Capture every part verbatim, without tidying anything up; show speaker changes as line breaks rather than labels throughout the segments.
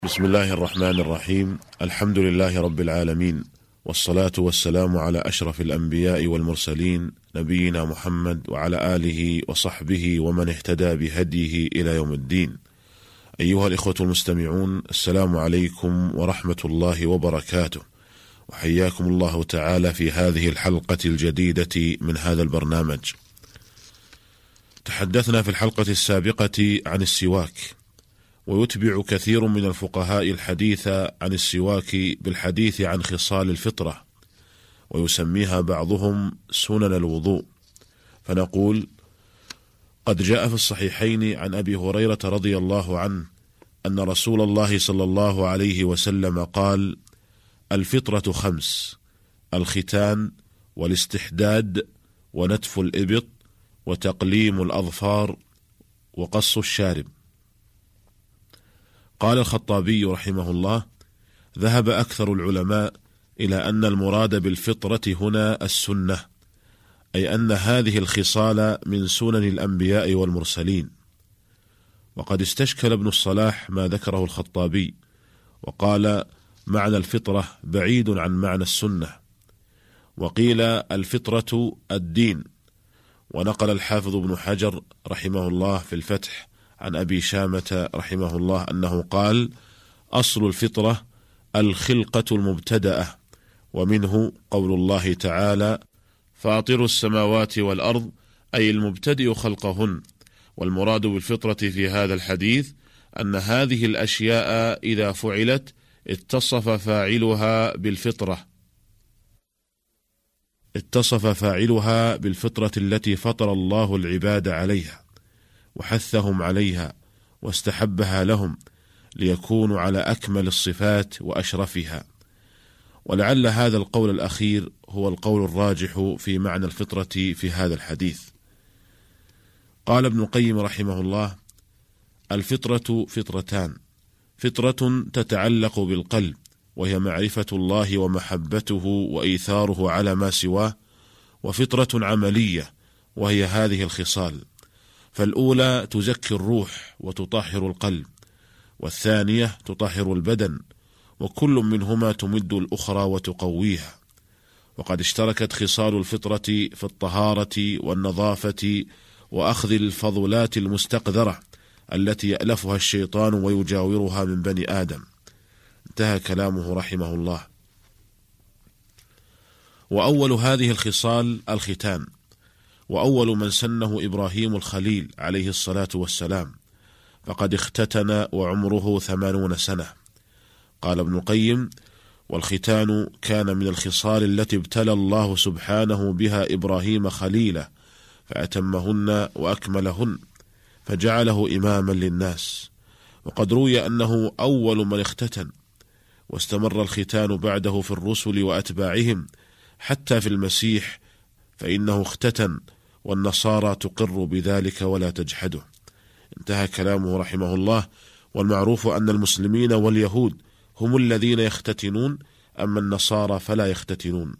بسم الله الرحمن الرحيم. الحمد لله رب العالمين، والصلاة والسلام على أشرف الأنبياء والمرسلين نبينا محمد وعلى آله وصحبه ومن اهتدى بهديه إلى يوم الدين. أيها الإخوة المستمعون، السلام عليكم ورحمة الله وبركاته، وحياكم الله تعالى في هذه الحلقة الجديدة من هذا البرنامج. تحدثنا في الحلقة السابقة عن السواك، ويتبع كثير من الفقهاء الحديث عن السواك بالحديث عن خصال الفطرة، ويسميها بعضهم سنن الوضوء. فنقول: قد جاء في الصحيحين عن أبي هريرة رضي الله عنه أن رسول الله صلى الله عليه وسلم قال: الفطرة خمس: الختان، والاستحداد، ونتف الإبط، وتقليم الأظفار، وقص الشارب. قال الخطابي رحمه الله: ذهب أكثر العلماء إلى أن المراد بالفطرة هنا السنة، أي أن هذه الخصال من سنن الأنبياء والمرسلين. وقد استشكل ابن الصلاح ما ذكره الخطابي، وقال: معنى الفطرة بعيد عن معنى السنة، وقيل الفطرة الدين. ونقل الحافظ ابن حجر رحمه الله في الفتح عن أبي شامة رحمه الله أنه قال: أصل الفطرة الخلقة المبتدأة، ومنه قول الله تعالى: فاطر السماوات والأرض، أي المبتدئ خلقهن. والمراد بالفطرة في هذا الحديث أن هذه الأشياء إذا فعلت اتصف فاعلها بالفطرة اتصف فاعلها بالفطرة التي فطر الله العباد عليها، وحثهم عليها، واستحبها لهم ليكونوا على أكمل الصفات وأشرفها. ولعل هذا القول الأخير هو القول الراجح في معنى الفطرة في هذا الحديث. قال ابن القيم رحمه الله: الفطرة فطرتان: فطرة تتعلق بالقلب، وهي معرفة الله ومحبته وإيثاره على ما سواه، وفطرة عملية، وهي هذه الخصال. فالأولى تزكي الروح وتطهر القلب، والثانية تطهر البدن، وكل منهما تمد الأخرى وتقويها. وقد اشتركت خصال الفطرة في الطهارة والنظافة وأخذ الفضلات المستقذرة التي يألفها الشيطان ويجاورها من بني آدم. انتهى كلامه رحمه الله. وأول هذه الخصال الختان، وأول من سنه إبراهيم الخليل عليه الصلاة والسلام، فقد اختتن وعمره ثمانون سنة. قال ابن القيم: والختان كان من الخصال التي ابتلى الله سبحانه بها إبراهيم خليله، فأتمهن وأكملهن، فجعله إماما للناس. وقد روي أنه أول من اختتن، واستمر الختان بعده في الرسل وأتباعهم حتى في المسيح، فإنه اختتن، والنصارى تقر بذلك ولا تجحده. انتهى كلامه رحمه الله. والمعروف أن المسلمين واليهود هم الذين يختتنون، أما النصارى فلا يختتنون.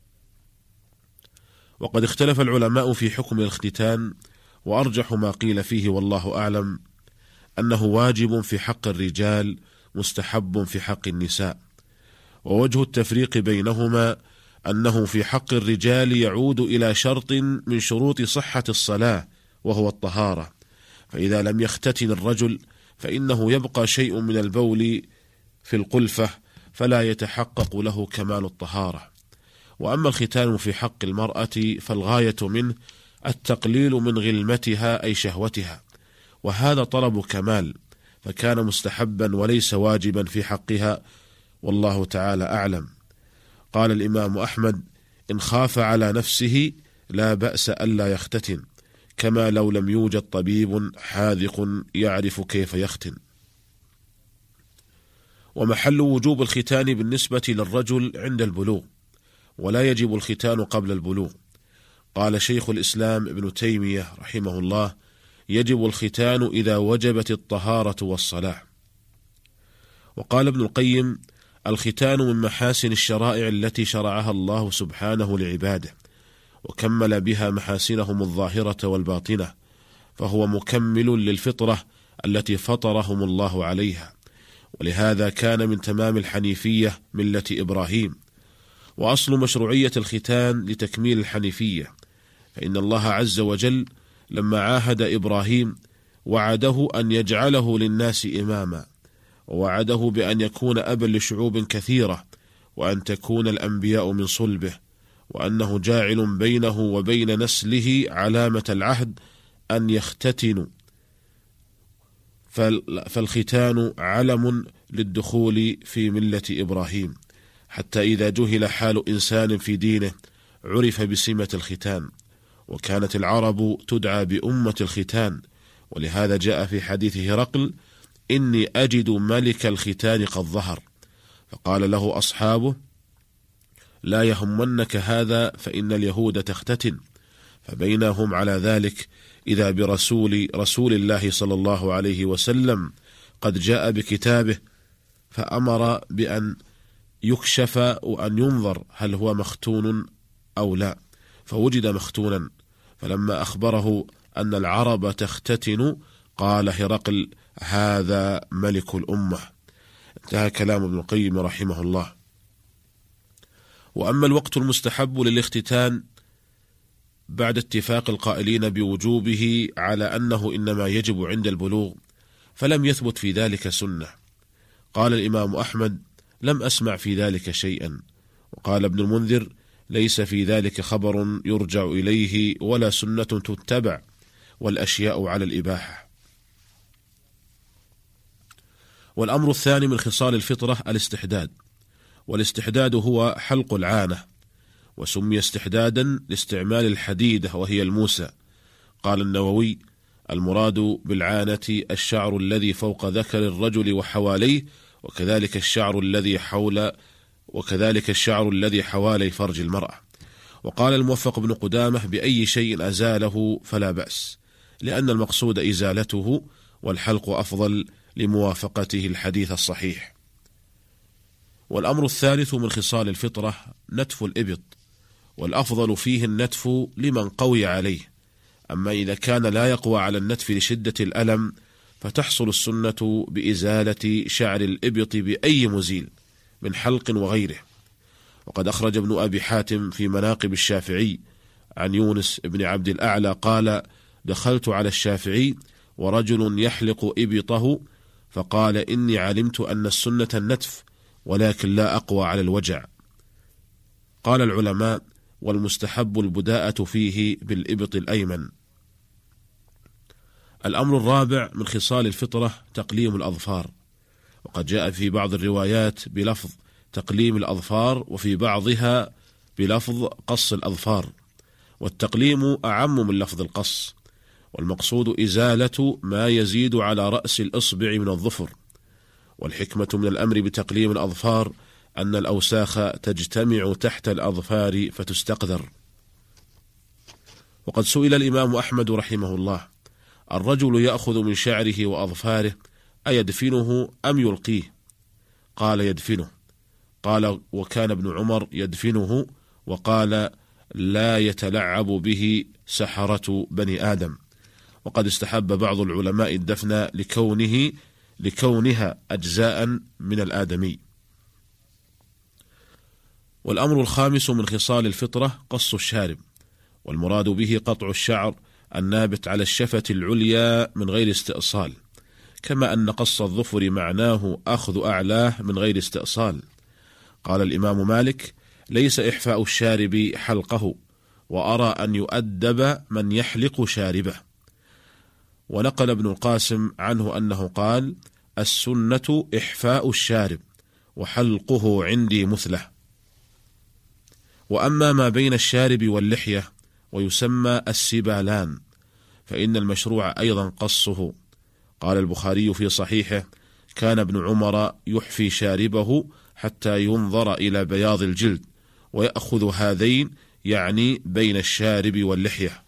وقد اختلف العلماء في حكم الاختتان، وأرجح ما قيل فيه والله أعلم أنه واجب في حق الرجال، مستحب في حق النساء. ووجه التفريق بينهما أنه في حق الرجال يعود إلى شرط من شروط صحة الصلاة، وهو الطهارة، فإذا لم يختتن الرجل فإنه يبقى شيء من البول في القلفة، فلا يتحقق له كمال الطهارة. وأما الختان في حق المرأة فالغاية منه التقليل من غلمتها أي شهوتها، وهذا طلب كمال، فكان مستحبا وليس واجبا في حقها، والله تعالى أعلم. قال الإمام أحمد: إن خاف على نفسه لا بأس ألا يختتن، كما لو لم يوجد طبيب حاذق يعرف كيف يختن. ومحل وجوب الختان بالنسبة للرجل عند البلوغ، ولا يجب الختان قبل البلوغ. قال شيخ الإسلام ابن تيمية رحمه الله: يجب الختان إذا وجبت الطهارة والصلاة. وقال ابن القيم: الختان من محاسن الشرائع التي شرعها الله سبحانه لعباده، وكمل بها محاسنهم الظاهرة والباطنة، فهو مكمل للفطرة التي فطرهم الله عليها، ولهذا كان من تمام الحنيفية ملة إبراهيم. وأصل مشروعية الختان لتكميل الحنيفية، فإن الله عز وجل لما عاهد إبراهيم وعده أن يجعله للناس إماما، ووعده بأن يكون أبا لشعوب كثيرة، وأن تكون الأنبياء من صلبه، وأنه جاعل بينه وبين نسله علامة العهد أن يختتنوا، فالختان علم للدخول في ملة إبراهيم، حتى إذا جهل حال إنسان في دينه عرف بسمة الختان. وكانت العرب تدعى بأمة الختان، ولهذا جاء في حديث هرقل: إني أجد ملك الختان قد ظهر. فقال له أصحابه: لا يهمنك هذا، فإن اليهود تختتن. فبينهم على ذلك إذا برسول رسول الله صلى الله عليه وسلم قد جاء بكتابه، فأمر بأن يكشف وأن ينظر هل هو مختون أو لا، فوجد مختونا. فلما أخبره أن العرب تختتن قال هرقل: هذا ملك الأمة. انتهى كلام ابن القيم رحمه الله. وأما الوقت المستحب للاختتان بعد اتفاق القائلين بوجوبه على أنه إنما يجب عند البلوغ، فلم يثبت في ذلك سنة. قال الإمام أحمد: لم أسمع في ذلك شيئا. وقال ابن المنذر: ليس في ذلك خبر يرجع إليه ولا سنة تتبع، والأشياء على الإباحة. والأمر الثاني من خصال الفطرة الاستحداد، والاستحداد هو حلق العانة، وسمي استحدادا لاستعمال الحديدة وهي الموسى. قال النووي: المراد بالعانة الشعر الذي فوق ذكر الرجل وحواليه، وكذلك الشعر الذي حول وكذلك الشعر الذي حوالي فرج المرأة. وقال الموفق بن قدامة: بأي شيء أزاله فلا بأس، لأن المقصود إزالته، والحلق أفضل لموافقته الحديث الصحيح. والأمر الثالث من خصال الفطرة نتف الإبط، والأفضل فيه النتف لمن قوي عليه. أما إذا كان لا يقوى على النتف لشدة الألم، فتحصل السنة بإزالة شعر الإبط بأي مزيل من حلق وغيره. وقد أخرج ابن أبي حاتم في مناقب الشافعي عن يونس بن عبد الأعلى قال: دخلت على الشافعي ورجل يحلق إبطه، فقال: إني علمت أن السنة النتف، ولكن لا أقوى على الوجع. قال العلماء: والمستحب البداءة فيه بالإبط الأيمن. الأمر الرابع من خصال الفطرة تقليم الأظفار، وقد جاء في بعض الروايات بلفظ تقليم الأظفار، وفي بعضها بلفظ قص الأظفار، والتقليم أعم من لفظ القص، والمقصود إزالة ما يزيد على رأس الإصبع من الظفر. والحكمة من الأمر بتقليم الأظفار أن الأوساخ تجتمع تحت الأظفار فتستقذر. وقد سئل الإمام أحمد رحمه الله: الرجل يأخذ من شعره وأظفاره أيدفنه أم يلقيه؟ قال: يدفنه. قال: وكان ابن عمر يدفنه، وقال: لا يتلعب به سحرة بني آدم. وقد استحب بعض العلماء الدفن لكونه لكونها أجزاء من الآدمي. والأمر الخامس من خصال الفطرة قص الشارب، والمراد به قطع الشعر النابت على الشفة العليا من غير استئصال، كما أن قص الظفر معناه أخذ أعلاه من غير استئصال. قال الإمام مالك: ليس إحفاء الشارب حلقه، وأرى أن يؤدب من يحلق شاربه. ونقل ابن القاسم عنه أنه قال: السنة إحفاء الشارب، وحلقه عندي مثله. وأما ما بين الشارب واللحية ويسمى السبالان، فإن المشروع أيضا قصه. قال البخاري في صحيحه: كان ابن عمر يحفي شاربه حتى ينظر إلى بياض الجلد، ويأخذ هذين، يعني بين الشارب واللحية.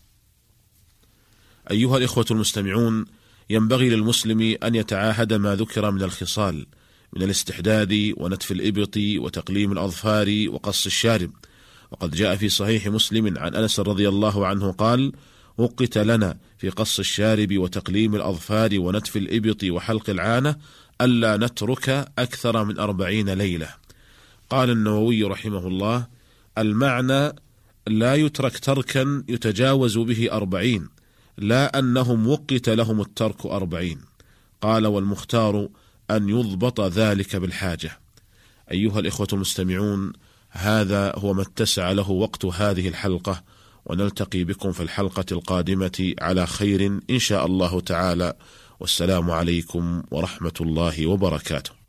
أيها الإخوة المستمعون، ينبغي للمسلم أن يتعاهد ما ذكر من الخصال من الاستحداد ونتف الإبط وتقليم الأظفار وقص الشارب. وقد جاء في صحيح مسلم عن أنس رضي الله عنه قال: وقت لنا في قص الشارب وتقليم الأظفار ونتف الإبط وحلق العانة ألا نترك أكثر من أربعين ليلة. قال النووي رحمه الله: المعنى لا يترك تركا يتجاوز به أربعين، لا أنهم وقت لهم الترك أربعين. قال: والمختار أن يضبط ذلك بالحاجة. أيها الإخوة المستمعون، هذا هو ما اتسع له وقت هذه الحلقة، ونلتقي بكم في الحلقة القادمة على خير إن شاء الله تعالى، والسلام عليكم ورحمة الله وبركاته.